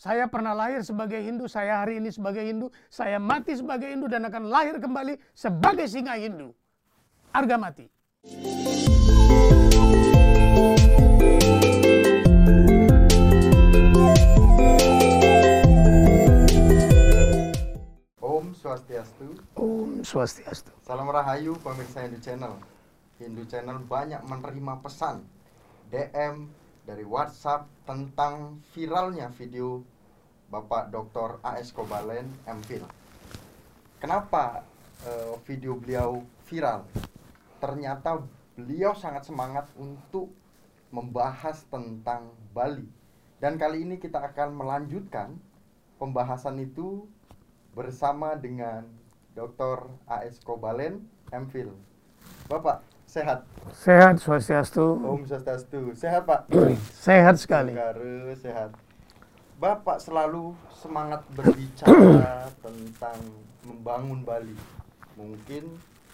Saya pernah lahir sebagai Hindu, saya hari ini sebagai Hindu, saya mati sebagai Hindu dan akan lahir kembali sebagai singa Hindu. Harga mati. Om Swastiastu. Om Swastiastu. Salam Rahayu pemirsa Hindu Channel. Hindu Channel banyak menerima pesan DM dari WhatsApp tentang viralnya video Bapak Dr. A.S. Kobalen, MPhil. Kenapa video beliau viral? Ternyata beliau sangat semangat untuk membahas tentang Bali. Dan kali ini kita akan melanjutkan pembahasan itu bersama dengan Dr. A.S. Kobalen, MPhil. Bapak, sehat? Sehat, Swastiastu. Om Swastiastu. Sehat, Pak? Sehat sekali. Sehat. Bapak selalu semangat berbicara tentang membangun Bali. Mungkin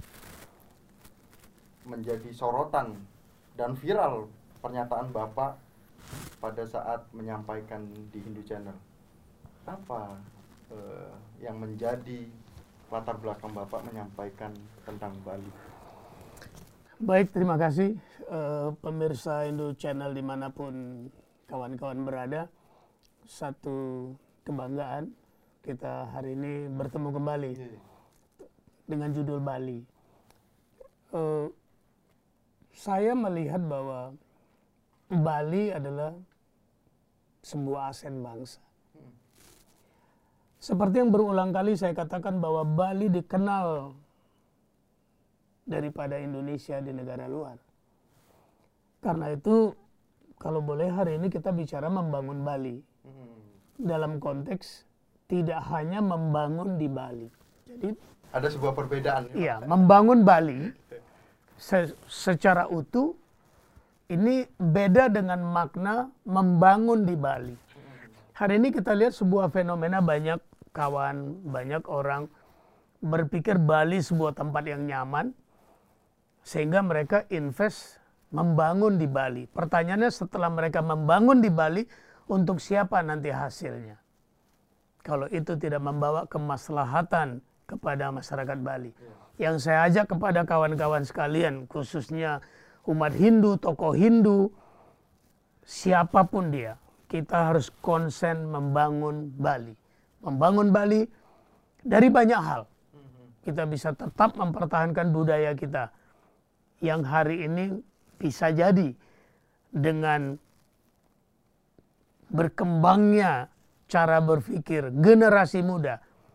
menjadi sorotan dan viral pernyataan Bapak pada saat menyampaikan di Hindu Channel. Apa yang menjadi latar belakang Bapak menyampaikan tentang Bali? Baik, terima kasih pemirsa Hindu Channel dimanapun kawan-kawan berada. Satu kebanggaan kita hari ini bertemu kembali dengan judul Bali. Saya melihat bahwa Bali adalah sebuah aset bangsa. Seperti yang berulang kali saya katakan bahwa Bali dikenal daripada Indonesia di negara luar. Karena itu, kalau boleh hari ini kita bicara membangun Bali. Dalam konteks tidak hanya membangun di Bali. Jadi ada sebuah perbedaan. Iya, membangun Bali secara utuh ini beda dengan makna membangun di Bali. Hari ini kita lihat sebuah fenomena, banyak kawan, banyak orang berpikir Bali sebuah tempat yang nyaman sehingga mereka invest membangun di Bali. Pertanyaannya, setelah mereka membangun di Bali, untuk siapa nanti hasilnya? Kalau itu tidak membawa kemaslahatan kepada masyarakat Bali. Yang saya ajak kepada kawan-kawan sekalian, khususnya umat Hindu, tokoh Hindu, siapapun dia, kita harus konsen membangun Bali. Membangun Bali dari banyak hal. Kita bisa tetap mempertahankan budaya kita yang hari ini bisa jadi dengan berkembangnya cara berpikir generasi muda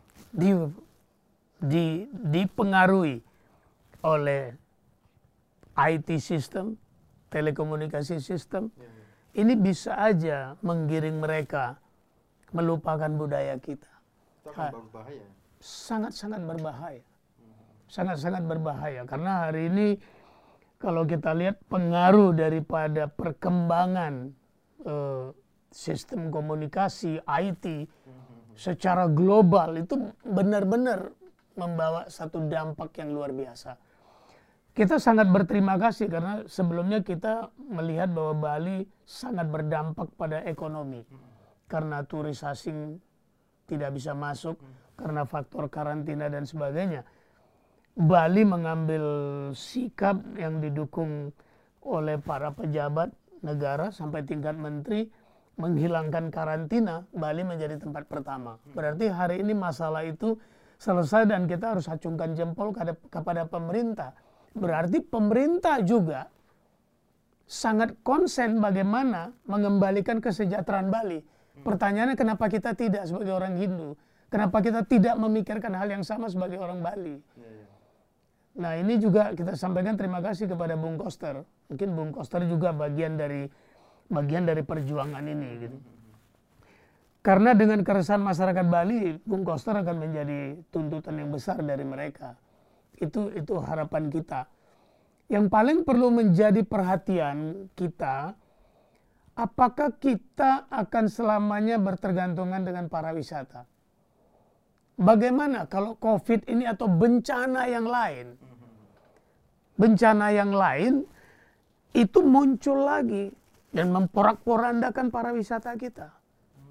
dipengaruhi oleh IT system, telekomunikasi system. Ini bisa aja menggiring mereka melupakan budaya kita. Itu akan berbahaya. Sangat-sangat berbahaya. Sangat-sangat berbahaya karena hari ini kalau kita lihat pengaruh daripada perkembangan sistem komunikasi IT secara global itu benar-benar membawa satu dampak yang luar biasa. Kita sangat berterima kasih karena sebelumnya kita melihat bahwa Bali sangat berdampak pada ekonomi karena turis asing tidak bisa masuk karena faktor karantina dan sebagainya. Bali mengambil sikap yang didukung oleh para pejabat negara sampai tingkat menteri menghilangkan karantina. Bali menjadi tempat pertama. Berarti hari ini masalah itu selesai dan kita harus acungkan jempol kepada pemerintah. Berarti pemerintah juga sangat konsen bagaimana mengembalikan kesejahteraan Bali. Pertanyaannya, kenapa kita tidak sebagai orang Hindu? Kenapa kita tidak memikirkan hal yang sama sebagai orang Bali? Nah, ini juga kita sampaikan terima kasih kepada Bung Koster. Mungkin Bung Koster juga bagian dari perjuangan ini gitu. Karena dengan keresahan masyarakat Bali, Bung Koster akan menjadi tuntutan yang besar dari mereka. Itu harapan kita. Yang paling perlu menjadi perhatian kita, apakah kita akan selamanya bertergantungan dengan para wisata? Bagaimana kalau COVID ini atau bencana yang lain? Bencana yang lain itu muncul lagi dan memporak-porandakan para wisata kita.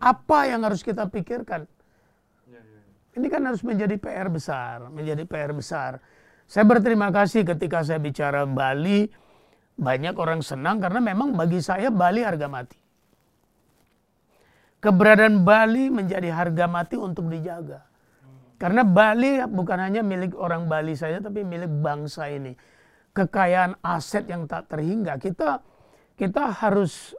Apa yang harus kita pikirkan? Ya, ya. Ini kan harus menjadi PR besar, menjadi PR besar. Saya berterima kasih ketika saya bicara Bali, banyak orang senang karena memang bagi saya Bali harga mati. Keberadaan Bali menjadi harga mati untuk dijaga. Karena Bali bukan hanya milik orang Bali saja, tapi milik bangsa ini. Kekayaan aset yang tak terhingga. Kita harus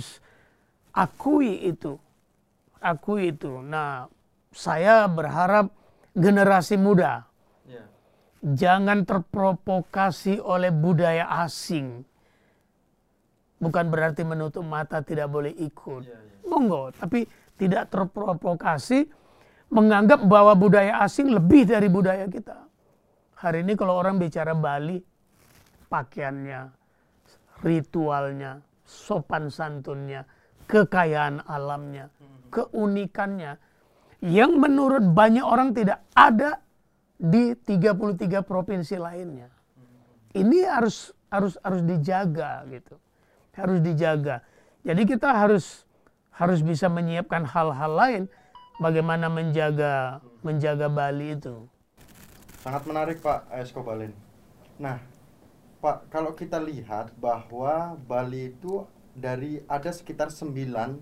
akui itu. Akui itu. Nah, saya berharap generasi muda Ya. jangan terprovokasi oleh budaya asing. Bukan berarti menutup mata tidak boleh ikut. Ya, ya. Monggo, tapi tidak terprovokasi menganggap bahwa budaya asing lebih dari budaya kita. Hari ini kalau orang bicara Bali, pakaiannya, ritualnya, sopan santunnya, kekayaan alamnya, keunikannya, yang menurut banyak orang tidak ada di 33 provinsi lainnya. Ini harus dijaga gitu. Harus dijaga. Jadi kita harus bisa menyiapkan hal-hal lain bagaimana menjaga Bali itu. Sangat menarik Pak Escobalen. Nah, Pak, kalau kita lihat bahwa Bali itu ada sekitar 9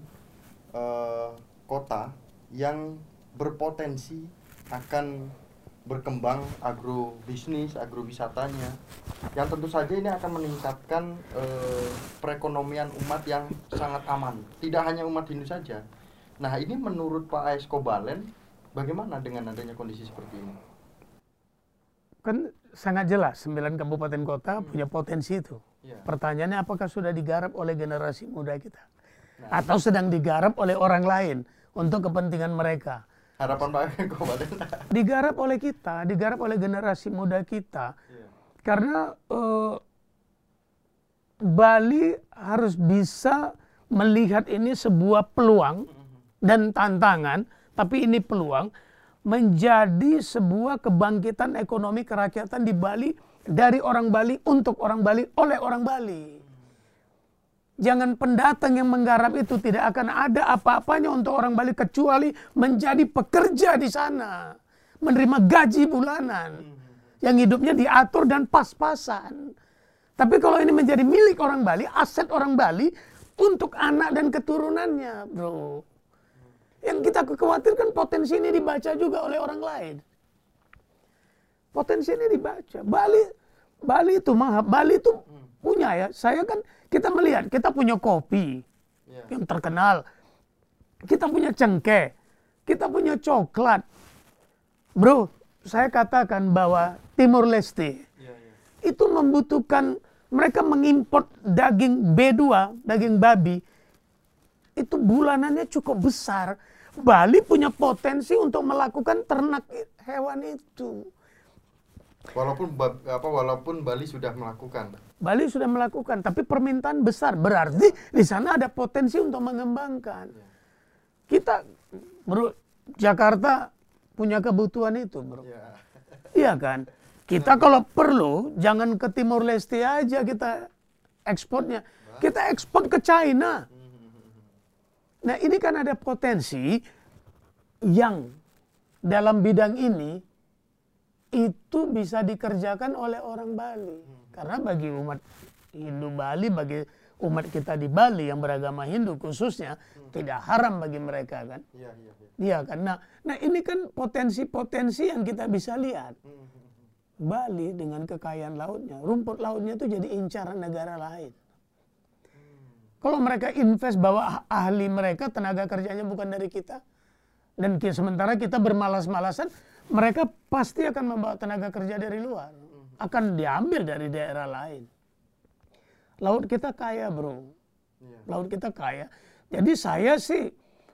kota yang berpotensi akan berkembang agrobisnis, agrowisatanya, yang tentu saja ini akan meningkatkan perekonomian umat yang sangat aman. Tidak hanya umat Hindu saja. Nah, ini menurut Pak Escobalen, bagaimana dengan adanya kondisi seperti ini? Kan sangat jelas 9 kabupaten kota punya potensi itu. Ya. Pertanyaannya apakah sudah digarap oleh generasi muda kita? Atau sedang digarap oleh orang lain untuk kepentingan mereka? Harapan Pak Escobalen? Digarap oleh kita, digarap oleh generasi muda kita. Ya. Karena Bali harus bisa melihat ini sebuah peluang dan tantangan, tapi ini peluang menjadi sebuah kebangkitan ekonomi kerakyatan di Bali, dari orang Bali, untuk orang Bali, oleh orang Bali. Jangan pendatang yang menggarap itu, tidak akan ada apa-apanya untuk orang Bali kecuali menjadi pekerja di sana, menerima gaji bulanan, yang hidupnya diatur dan pas-pasan. Tapi kalau ini menjadi milik orang Bali, aset orang Bali untuk anak dan keturunannya, bro. Yang kita khawatirkan potensi ini dibaca juga oleh orang lain. Potensi ini dibaca. Bali itu mahal. Bali itu punya ya. Saya kan, kita melihat, kita punya kopi yang terkenal. Kita punya cengkeh. Kita punya coklat. Bro, saya katakan bahwa Timur Leste itu membutuhkan, mereka mengimpor daging B2, daging babi, itu bulanannya cukup besar. Bali punya potensi untuk melakukan ternak hewan itu. Walaupun Bali sudah melakukan. Bali sudah melakukan, tapi permintaan besar. Berarti di sana ada potensi untuk mengembangkan. Kita, bro, Jakarta punya kebutuhan itu, bro. Iya kan? Kita kalau perlu, jangan ke Timur Leste aja kita ekspornya. Kita ekspor ke China. Nah, ini kan ada potensi yang dalam bidang ini itu bisa dikerjakan oleh orang Bali. Karena bagi umat Hindu Bali, bagi umat kita di Bali yang beragama Hindu khususnya, tidak haram bagi mereka kan. Iya kan. Nah, ini kan potensi-potensi yang kita bisa lihat. Bali dengan kekayaan lautnya, rumput lautnya itu jadi incaran negara lain. Kalau mereka invest bahwa ahli mereka, tenaga kerjanya bukan dari kita, dan sementara kita bermalas-malasan, mereka pasti akan membawa tenaga kerja dari luar, akan diambil dari daerah lain. Laut kita kaya, bro. Laut kita kaya. Jadi saya sih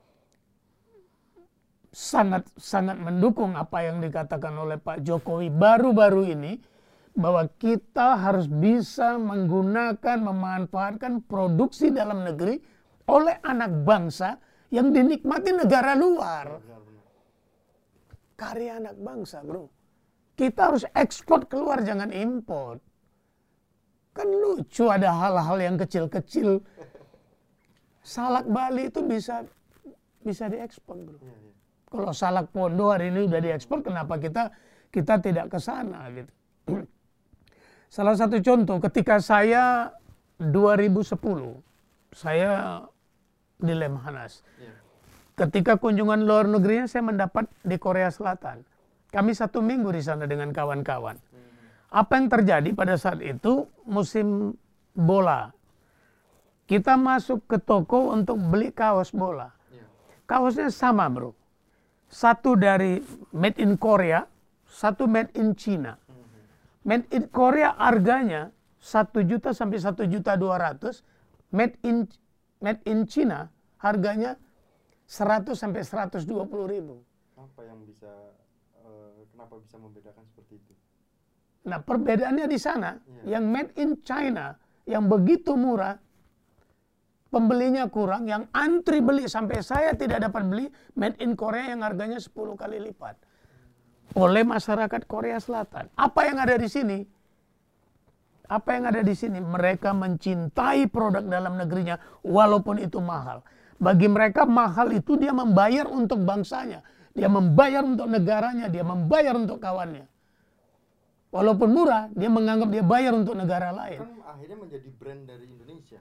sangat mendukung apa yang dikatakan oleh Pak Jokowi baru-baru ini, bahwa kita harus bisa menggunakan, memanfaatkan produksi dalam negeri oleh anak bangsa yang dinikmati negara luar. Karya anak bangsa, bro. Kita harus ekspor keluar, jangan import. Kan lucu ada hal-hal yang kecil-kecil. Salak Bali itu bisa bisa diekspor, bro. Iya, iya. Kalau salak Pondo hari ini udah diekspor, kenapa kita tidak ke sana gitu. Salah satu contoh, ketika saya 2010, saya di Lemhanas. Iya. Ketika kunjungan luar negerinya saya mendapat di Korea Selatan. Kami 1 minggu di sana dengan kawan-kawan. Apa yang terjadi pada saat itu musim bola. Kita masuk ke toko untuk beli kaos bola. Iya. Kaosnya sama, bro. Satu dari made in Korea, satu made in China. Made in Korea harganya 1 juta sampai 1.200.000. Made in China harganya 100 sampai 120.000. Apa yang bisa kenapa bisa membedakan seperti itu? Nah, perbedaannya di sana, Iya. yang made in China yang begitu murah, pembelinya kurang, yang antri beli sampai saya tidak dapat beli made in Korea yang harganya 10 kali lipat oleh masyarakat Korea Selatan. Apa yang ada di sini? Apa yang ada di sini? Mereka mencintai produk dalam negerinya walaupun itu mahal. Bagi mereka mahal itu dia membayar untuk bangsanya, dia membayar untuk negaranya, dia membayar untuk kawannya. Walaupun murah, dia menganggap dia bayar untuk negara lain. Kan akhirnya menjadi brand dari Indonesia.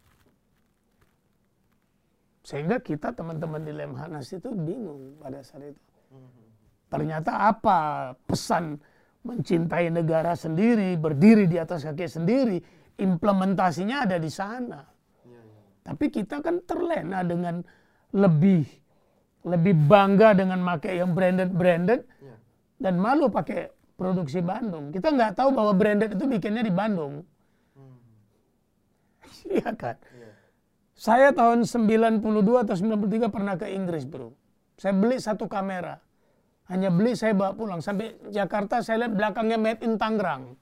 Sehingga kita teman-teman di Lemhanas itu bingung pada saat itu. Ternyata apa pesan mencintai negara sendiri, berdiri di atas kaki sendiri, implementasinya ada di sana. Iya, iya. Tapi kita kan terlena dengan lebih bangga dengan pakai yang branded Iya. dan malu pakai produksi Bandung. Kita nggak tahu bahwa branded itu bikinnya di Bandung. Iya kan? Iya. Saya tahun 92 atau 93 pernah ke Inggris, bro. Saya beli 1 kamera. Hanya beli, saya bawa pulang. Sampai Jakarta saya lihat belakangnya made in Tangerang.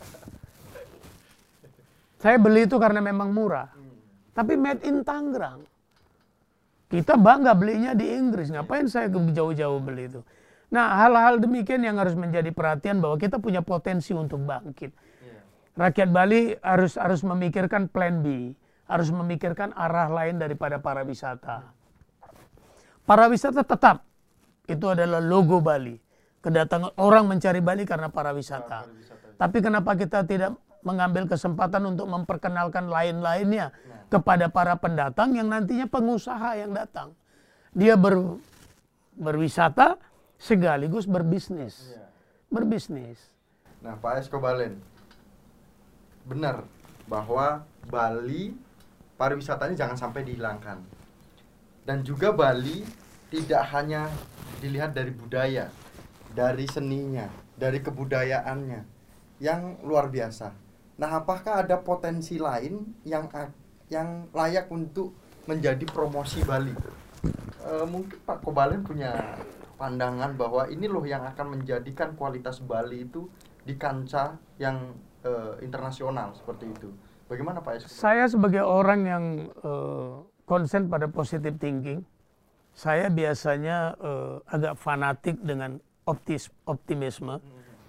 Saya beli itu karena memang murah. Tapi made in Tangerang. Kita bangga belinya di Inggris. Ngapain saya jauh-jauh beli itu? Nah, hal-hal demikian yang harus menjadi perhatian bahwa kita punya potensi untuk bangkit. Iya. Rakyat Bali harus memikirkan plan B. Harus memikirkan arah lain daripada para wisata. Para wisata tetap. Itu adalah logo Bali. Kedatangan orang mencari Bali karena para wisata. Tapi kenapa kita tidak mengambil kesempatan untuk memperkenalkan lain-lainnya kepada para pendatang yang nantinya pengusaha yang datang. Dia berwisata sekaligus berbisnis. Iya. Berbisnis. Nah, Pak Eskobalen, benar bahwa Bali pariwisatanya jangan sampai dihilangkan. Dan juga Bali tidak hanya dilihat dari budaya, dari seninya, dari kebudayaannya yang luar biasa. Nah, apakah ada potensi lain yang layak untuk menjadi promosi Bali? Mungkin Pak Kobalen punya pandangan bahwa ini loh yang akan menjadikan kualitas Bali itu di kancah yang internasional seperti itu. Bagaimana Pak Eskobalen? Saya sebagai orang yang konsen pada positive thinking, saya biasanya agak fanatik dengan optimisme.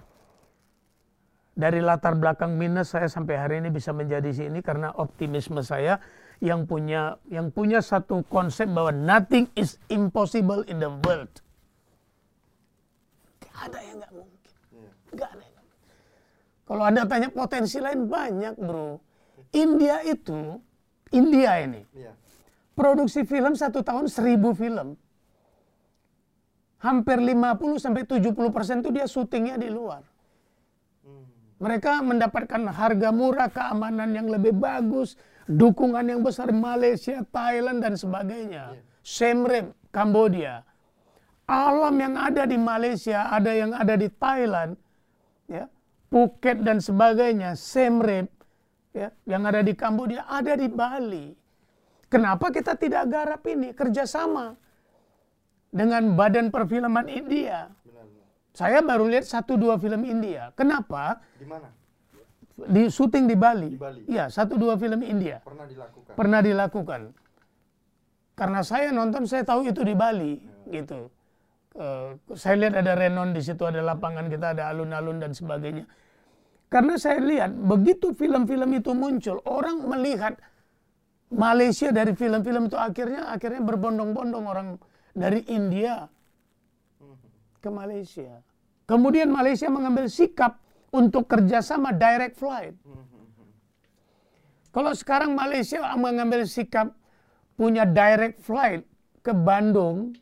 Dari latar belakang minus saya sampai hari ini bisa menjadi sini karena optimisme saya yang punya satu konsep bahwa nothing is impossible in the world. Gak ada yang gak mungkin. Gak ada yang gak mungkin. Kalau Anda tanya potensi lain banyak, bro. India ini. Iya. Produksi film 1 tahun 1.000 film. Hampir 50-70% itu dia syutingnya di luar. Mereka mendapatkan harga murah, keamanan yang lebih bagus, dukungan yang besar Malaysia, Thailand dan sebagainya. Siem Reap, Kambodia. Alam yang ada di Malaysia, ada yang ada di Thailand, ya, Phuket dan sebagainya, Siem Reap, ya, yang ada di Kambodia, ada di Bali. Kenapa kita tidak garap ini kerjasama dengan Badan Perfilman India? Saya baru lihat 1-2 film India. Kenapa? Di mana? Di syuting di Bali. Di Bali. Iya, 1-2 film India. Pernah dilakukan. Karena saya nonton, saya tahu itu di Bali, gitu. Saya lihat ada renon di situ, ada lapangan kita, ada alun-alun dan sebagainya. Karena saya lihat begitu film-film itu muncul, orang melihat Malaysia dari film-film itu akhirnya berbondong-bondong orang dari India ke Malaysia. Kemudian Malaysia mengambil sikap untuk kerjasama direct flight. Kalau sekarang Malaysia mengambil sikap punya direct flight ke Bandung,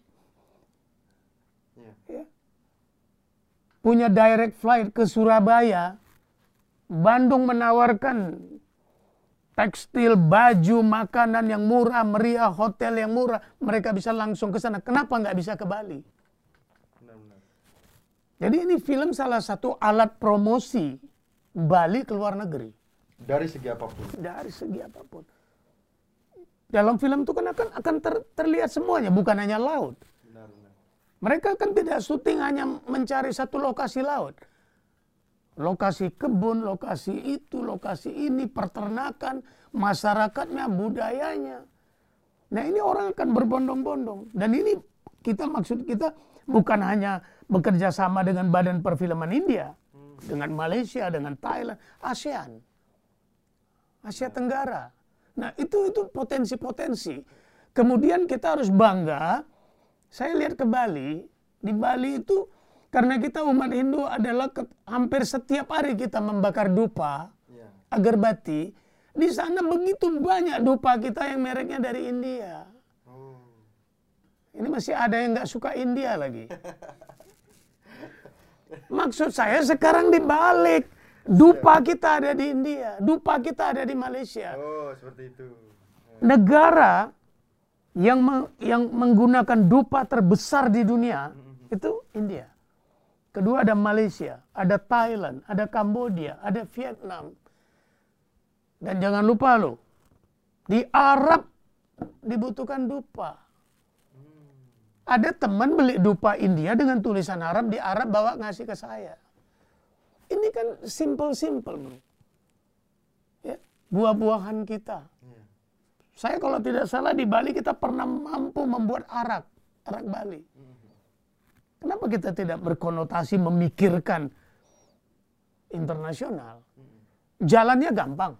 ya, punya direct flight ke Surabaya, Bandung menawarkan tekstil, baju, makanan yang murah, meriah, hotel yang murah, mereka bisa langsung ke sana. Kenapa nggak bisa ke Bali? Benar-benar. Jadi ini film salah satu alat promosi Bali ke luar negeri. Dari segi apapun. Dari segi apapun. Dalam film itu kan akan terlihat semuanya, bukan hanya laut. Benar-benar. Mereka kan tidak syuting hanya mencari satu lokasi laut. Lokasi kebun, lokasi itu, lokasi ini, peternakan, masyarakatnya, budayanya. Nah ini orang akan berbondong-bondong. Dan ini maksud kita bukan hanya bekerja sama dengan Badan Perfilman India, dengan Malaysia, dengan Thailand, ASEAN, Asia Tenggara. Nah itu potensi-potensi. Kemudian kita harus bangga. Saya lihat ke Bali, di Bali itu karena kita umat Hindu adalah hampir setiap hari kita membakar dupa, agerbati. Di sana begitu banyak dupa kita yang mereknya dari India. Ini masih ada yang nggak suka India lagi. Maksud saya sekarang dibalik. Dupa kita ada di India, dupa kita ada di Malaysia. Oh, seperti itu. Negara yang menggunakan dupa terbesar di dunia itu India. Kedua ada Malaysia, ada Thailand, ada Kamboja, ada Vietnam. Dan jangan lupa loh, di Arab dibutuhkan dupa. Ada teman beli dupa India dengan tulisan Arab, di Arab bawa ngasih ke saya. Ini kan simple-simple bro. Ya, buah-buahan kita. Saya kalau tidak salah di Bali kita pernah mampu membuat arak Bali. Kenapa kita tidak berkonotasi memikirkan internasional? Jalannya gampang.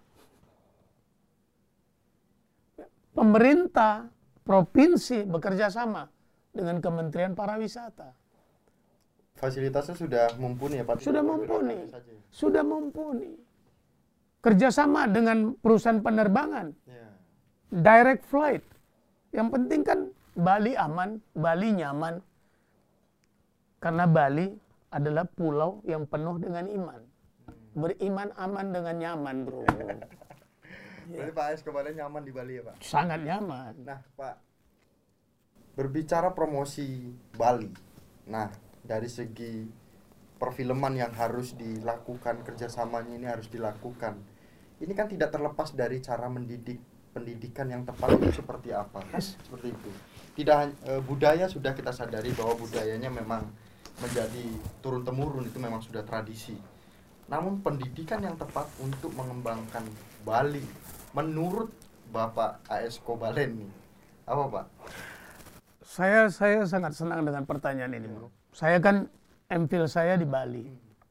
Pemerintah, provinsi bekerja sama dengan Kementerian Pariwisata. Fasilitasnya sudah mumpuni ya Pak? Sudah mumpuni. Sudah mumpuni. Kerjasama dengan perusahaan penerbangan. Direct flight. Yang penting kan Bali aman, Bali nyaman. Karena Bali adalah pulau yang penuh dengan iman. Beriman aman dengan nyaman, bro. Berarti Pak AS kemarin nyaman di Bali ya Pak? Sangat nyaman. Nah Pak, berbicara promosi Bali. Nah, dari segi perfilman yang harus dilakukan, kerjasamanya ini harus dilakukan. Ini kan tidak terlepas dari cara mendidik, pendidikan yang tepat itu seperti apa, kan? Seperti itu. Tidak budaya sudah kita sadari bahwa budayanya memang menjadi turun-temurun, itu memang sudah tradisi. Namun pendidikan yang tepat untuk mengembangkan Bali, menurut Bapak AS Kobalen nih, apa Pak? Saya sangat senang dengan pertanyaan ini, bro. Saya kan MPhil saya di Bali.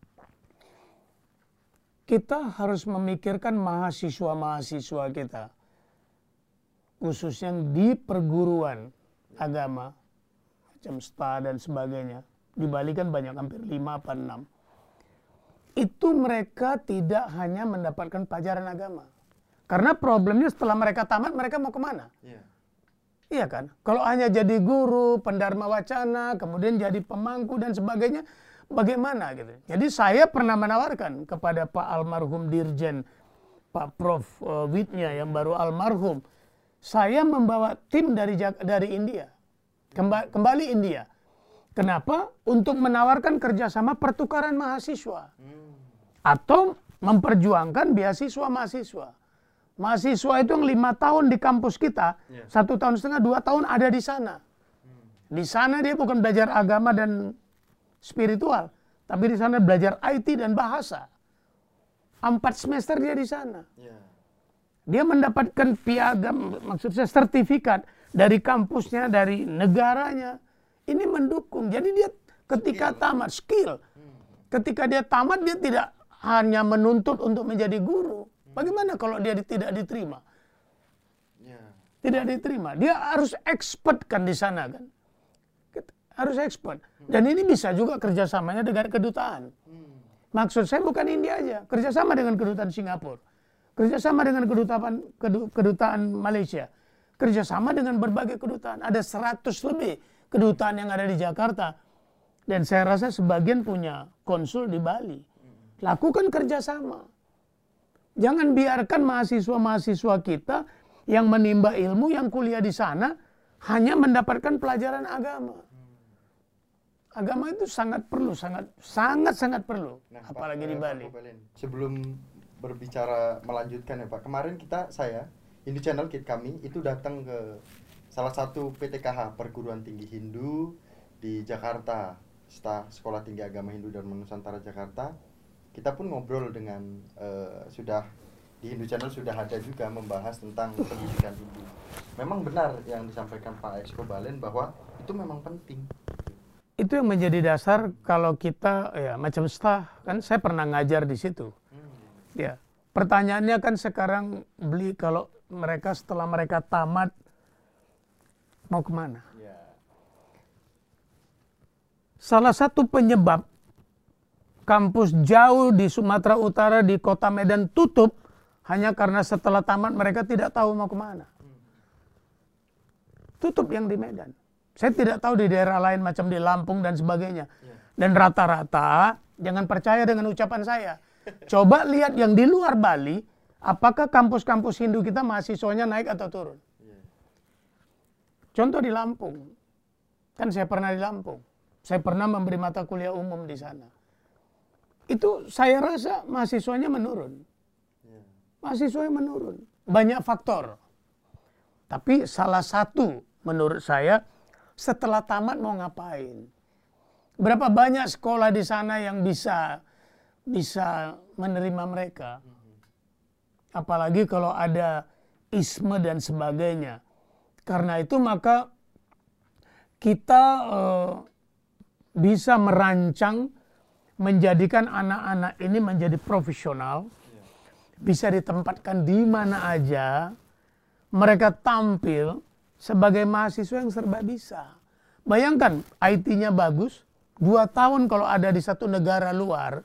Kita harus memikirkan mahasiswa-mahasiswa kita, khususnya di perguruan agama, macam STA dan sebagainya. Di Bali kan banyak, hampir 5 apa 6. Itu mereka tidak hanya mendapatkan pelajaran agama. Karena problemnya setelah mereka tamat, mereka mau kemana? Iya kan? Kalau hanya jadi guru, pendharma wacana, kemudian jadi pemangku dan sebagainya, bagaimana gitu? Jadi saya pernah menawarkan kepada Pak almarhum Dirjen, Pak Prof. Widnya yang baru almarhum, saya membawa tim dari India, kembali India. Kenapa? Untuk menawarkan kerjasama pertukaran mahasiswa. Atau memperjuangkan beasiswa mahasiswa. Mahasiswa itu yang 5 tahun di kampus kita, 1,5 tahun, 2 tahun ada di sana. Di sana dia bukan belajar agama dan spiritual, tapi di sana belajar IT dan bahasa. 4 semester dia di sana. Dia mendapatkan piagam, maksud saya sertifikat dari kampusnya, dari negaranya. Ini mendukung. Jadi dia ketika tamat, skill. Ketika dia tamat, dia tidak hanya menuntut untuk menjadi guru. Bagaimana kalau dia tidak diterima? Tidak diterima. Dia harus expert kan di sana kan. Harus expert. Dan ini bisa juga kerjasamanya dengan kedutaan. Maksud saya bukan India aja. Kerjasama dengan kedutaan Singapura. Kerjasama dengan kedutaan Malaysia. Kerjasama dengan berbagai kedutaan. Ada 100 lebih kedutaan yang ada di Jakarta. Dan saya rasa sebagian punya konsul di Bali. Lakukan kerjasama. Jangan biarkan mahasiswa-mahasiswa kita yang menimba ilmu, yang kuliah di sana, hanya mendapatkan pelajaran agama. Agama itu sangat perlu, sangat perlu. Nah, apalagi Pak, di Bali. Sebelum berbicara melanjutkan ya Pak, kemarin saya, Hindu Channel Kit kami, itu datang ke salah satu PTKH, Perguruan Tinggi Hindu di Jakarta, Sekolah Tinggi Agama Hindu Dharma Nusantara Jakarta. Kita pun ngobrol dengan sudah di Hindu Channel sudah ada juga membahas tentang pendidikan Hindu. Memang benar yang disampaikan Pak Exco Balen bahwa itu memang penting. Itu yang menjadi dasar kalau kita ya macam staff kan, saya pernah ngajar di situ. Ya, pertanyaannya kan sekarang kalau mereka setelah mereka tamat mau kemana? Salah satu penyebab kampus jauh di Sumatera Utara di kota Medan tutup hanya karena setelah tamat mereka tidak tahu mau kemana. Tutup yang di Medan. Saya tidak tahu di daerah lain macam di Lampung dan sebagainya. Dan rata-rata, jangan percaya dengan ucapan saya. Coba lihat yang di luar Bali, apakah kampus-kampus Hindu kita mahasiswanya naik atau turun? Contoh di Lampung. Kan saya pernah di Lampung. Saya pernah memberi mata kuliah umum di sana. Itu saya rasa mahasiswanya menurun. Mahasiswanya menurun. Banyak faktor. Tapi salah satu menurut saya, setelah tamat mau ngapain? Berapa banyak sekolah di sana yang bisa menerima mereka? Apalagi kalau ada isme dan sebagainya. Karena itu maka kita bisa merancang, menjadikan anak-anak ini menjadi profesional, bisa ditempatkan di mana aja, mereka tampil sebagai mahasiswa yang serba bisa. Bayangkan IT-nya bagus, 2 tahun kalau ada di satu negara luar,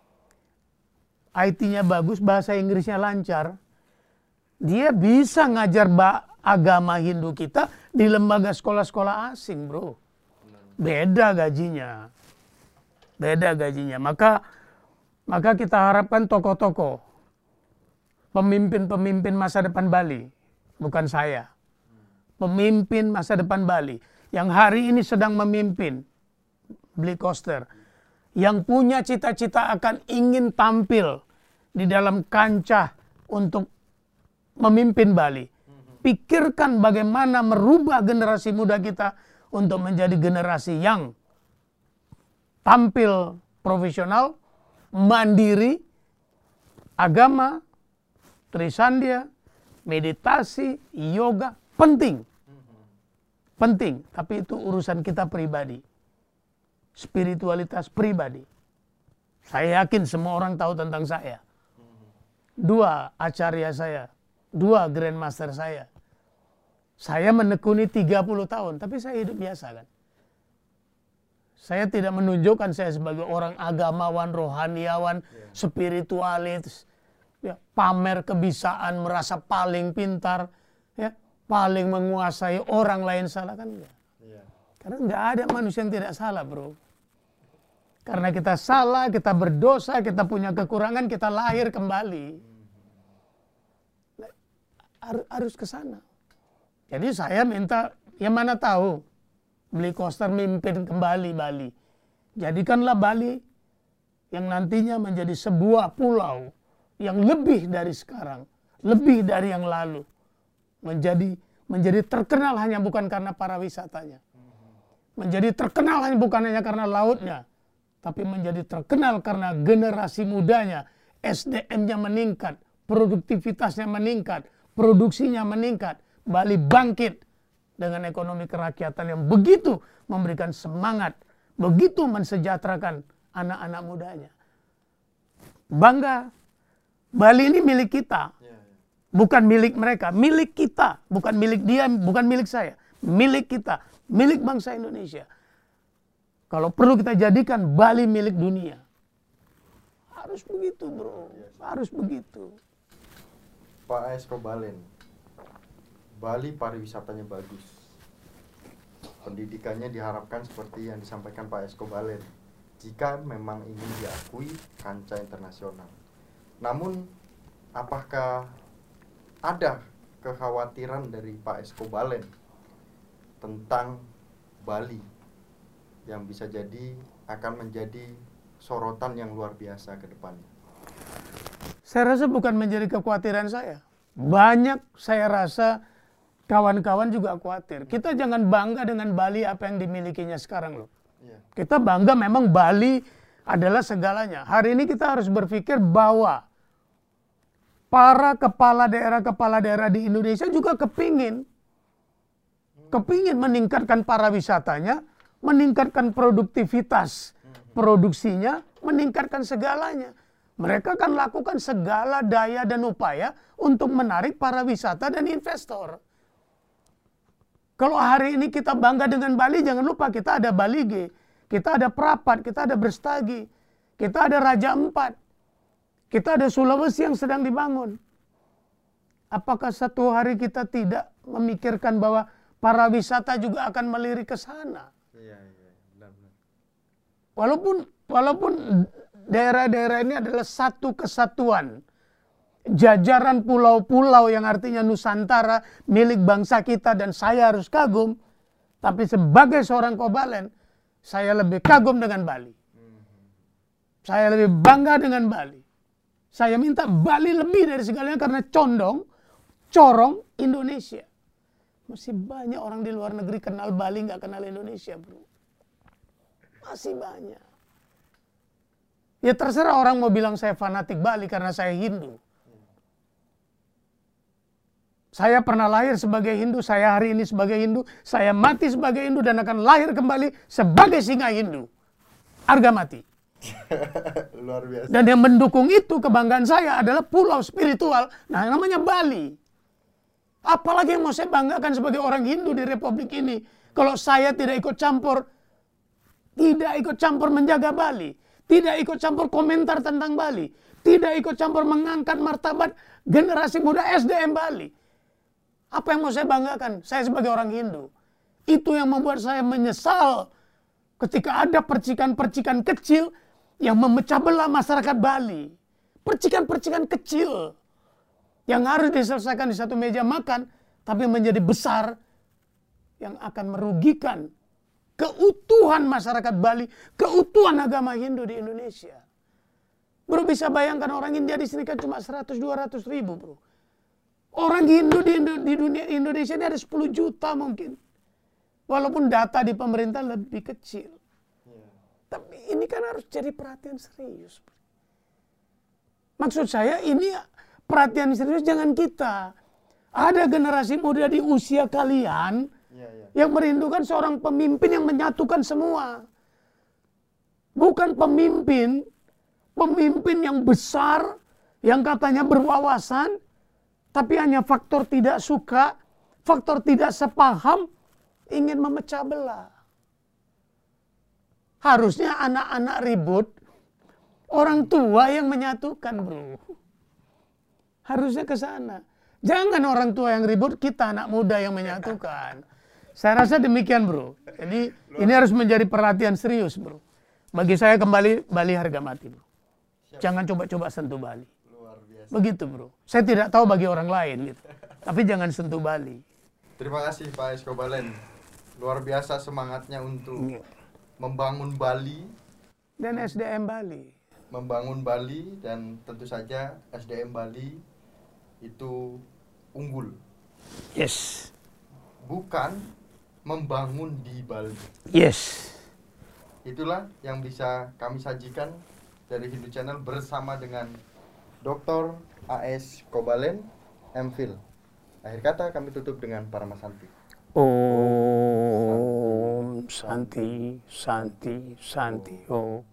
IT-nya bagus, bahasa Inggrisnya lancar, dia bisa ngajar agama Hindu kita di lembaga sekolah-sekolah asing, bro. Beda gajinya. Beda gajinya. Maka kita harapkan tokoh-tokoh, pemimpin-pemimpin masa depan Bali, bukan saya. Pemimpin masa depan Bali yang hari ini sedang memimpin Bli Koster, yang punya cita-cita akan ingin tampil di dalam kancah untuk memimpin Bali. Pikirkan bagaimana merubah generasi muda kita untuk menjadi generasi yang tampil profesional, mandiri, agama, trisandya, meditasi, yoga, penting. Penting, tapi itu urusan kita pribadi. Spiritualitas pribadi. Saya yakin semua orang tahu tentang saya. 2 acarya saya, 2 grandmaster saya. Saya menekuni 30 tahun, tapi saya hidup biasa kan. Saya tidak menunjukkan saya sebagai orang agamawan, rohaniawan, spiritualis, ya, pamer kebisaan, merasa paling pintar, ya, paling menguasai, orang lain salah kan enggak. Karena enggak ada manusia yang tidak salah, bro. Karena kita salah, kita berdosa, kita punya kekurangan, kita lahir kembali. Harus ke sana. Jadi saya minta, yang mana tahu, Bli Koster mimpin kembali Bali. Jadikanlah Bali yang nantinya menjadi sebuah pulau yang lebih dari sekarang, lebih dari yang lalu. Menjadi terkenal hanya bukan karena para wisatanya. Menjadi terkenal bukan hanya karena lautnya, tapi menjadi terkenal karena generasi mudanya, SDM-nya meningkat, produktivitasnya meningkat, produksinya meningkat. Bali bangkit dengan ekonomi kerakyatan yang begitu memberikan semangat, begitu mensejahterakan anak-anak mudanya. Bangga, Bali ini milik kita. Bukan milik mereka, milik kita. Bukan milik dia, bukan milik saya. Milik kita, milik bangsa Indonesia. Kalau perlu kita jadikan Bali milik dunia. Harus begitu, bro. Harus begitu. Pak AS Kobalen, Bali pariwisatanya bagus. Pendidikannya diharapkan seperti yang disampaikan Pak AS Kobalen. Jika memang ini diakui kancah internasional. Namun, apakah ada kekhawatiran dari Pak AS Kobalen tentang Bali yang bisa jadi akan menjadi sorotan yang luar biasa ke depannya? Saya rasa bukan menjadi kekhawatiran saya. Banyak saya rasa kawan-kawan juga khawatir. Kita jangan bangga dengan Bali apa yang dimilikinya sekarang loh. Kita bangga memang Bali adalah segalanya. Hari ini kita harus berpikir bahwa para kepala daerah di Indonesia juga kepingin meningkatkan pariwisatanya, meningkatkan produktivitas produksinya, meningkatkan segalanya. Mereka akan lakukan segala daya dan upaya untuk menarik para wisata dan investor. Kalau hari ini kita bangga dengan Bali, jangan lupa kita ada Balige, kita ada Prapat, kita ada Brastagi, kita ada Raja Ampat, kita ada Sulawesi yang sedang dibangun. Apakah satu hari kita tidak memikirkan bahwa para wisata juga akan melirik ke sana? Iya, benar-benar. Walaupun daerah-daerah ini adalah satu kesatuan, jajaran pulau-pulau yang artinya Nusantara milik bangsa kita dan saya harus kagum, tapi sebagai seorang Kobalen, saya lebih kagum dengan Bali. Saya lebih bangga dengan Bali. Saya minta Bali lebih dari segalanya karena corong Indonesia. Masih banyak orang di luar negeri kenal Bali, nggak kenal Indonesia, bro. Masih banyak. Ya terserah orang mau bilang saya fanatik Bali karena saya Hindu. Saya pernah lahir sebagai Hindu, saya hari ini sebagai Hindu, saya mati sebagai Hindu dan akan lahir kembali sebagai singa Hindu. Harga mati. Luar biasa. Dan yang mendukung itu kebanggaan saya adalah pulau spiritual, nah namanya Bali. Apalagi yang mau saya banggakan sebagai orang Hindu di Republik ini, kalau saya tidak ikut campur menjaga Bali, tidak ikut campur komentar tentang Bali, tidak ikut campur mengangkat martabat generasi muda SDM Bali. Apa yang mau saya banggakan? Saya sebagai orang Hindu. Itu yang membuat saya menyesal ketika ada percikan-percikan kecil yang memecah belah masyarakat Bali. Percikan-percikan kecil yang harus diselesaikan di satu meja makan, tapi menjadi besar yang akan merugikan keutuhan masyarakat Bali, keutuhan agama Hindu di Indonesia. Bro, bisa bayangkan orang India di sini kan cuma 100-200 ribu, bro. Orang Hindu di dunia Indonesia ini ada 10 juta mungkin. Walaupun data di pemerintah lebih kecil. Tapi ini kan harus jadi perhatian serius. Maksud saya ini perhatian serius jangan kita. Ada generasi muda di usia kalian yang merindukan seorang pemimpin yang menyatukan semua. Bukan pemimpin yang besar, yang katanya berwawasan, tapi hanya faktor tidak suka, faktor tidak sepaham, ingin memecah belah. Harusnya anak-anak ribut, orang tua yang menyatukan, bro. Harusnya ke sana. Jangan orang tua yang ribut, kita anak muda yang menyatukan. Saya rasa demikian, bro. Jadi ini harus menjadi perhatian serius, bro. Bagi saya kembali Bali harga mati, bro. Jangan coba-coba sentuh Bali. Begitu, bro. Saya tidak tahu bagi orang lain, gitu. Tapi jangan sentuh Bali. Terima kasih Pak AS Kobalen. Luar biasa semangatnya untuk membangun Bali dan SDM Bali. Membangun Bali dan tentu saja SDM Bali itu unggul. Yes. Bukan membangun di Bali. Yes. Itulah yang bisa kami sajikan dari Hindu Channel bersama dengan Dr. AS Kobalen, MPhil. Akhir kata kami tutup dengan Paramasanti. Om Santi, Santi, Santi, Om.